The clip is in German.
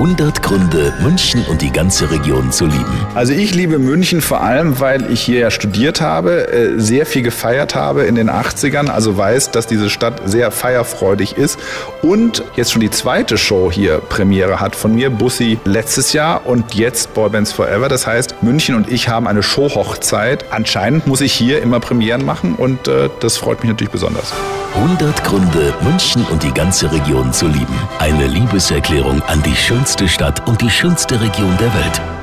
100 Gründe, München und die ganze Region zu lieben. Also ich liebe München vor allem, weil ich hier ja studiert habe, sehr viel gefeiert habe in den 80ern, also weiß, dass diese Stadt sehr feierfreudig ist und jetzt schon die zweite Show hier Premiere hat von mir, Bussi, letztes Jahr und jetzt Boybands Forever. Das heißt, München und ich haben eine Showhochzeit. Anscheinend muss ich hier immer Premieren machen und das freut mich natürlich besonders. 100 Gründe, München und die ganze Region zu lieben. Eine Liebeserklärung an die schönste Stadt und die schönste Region der Welt.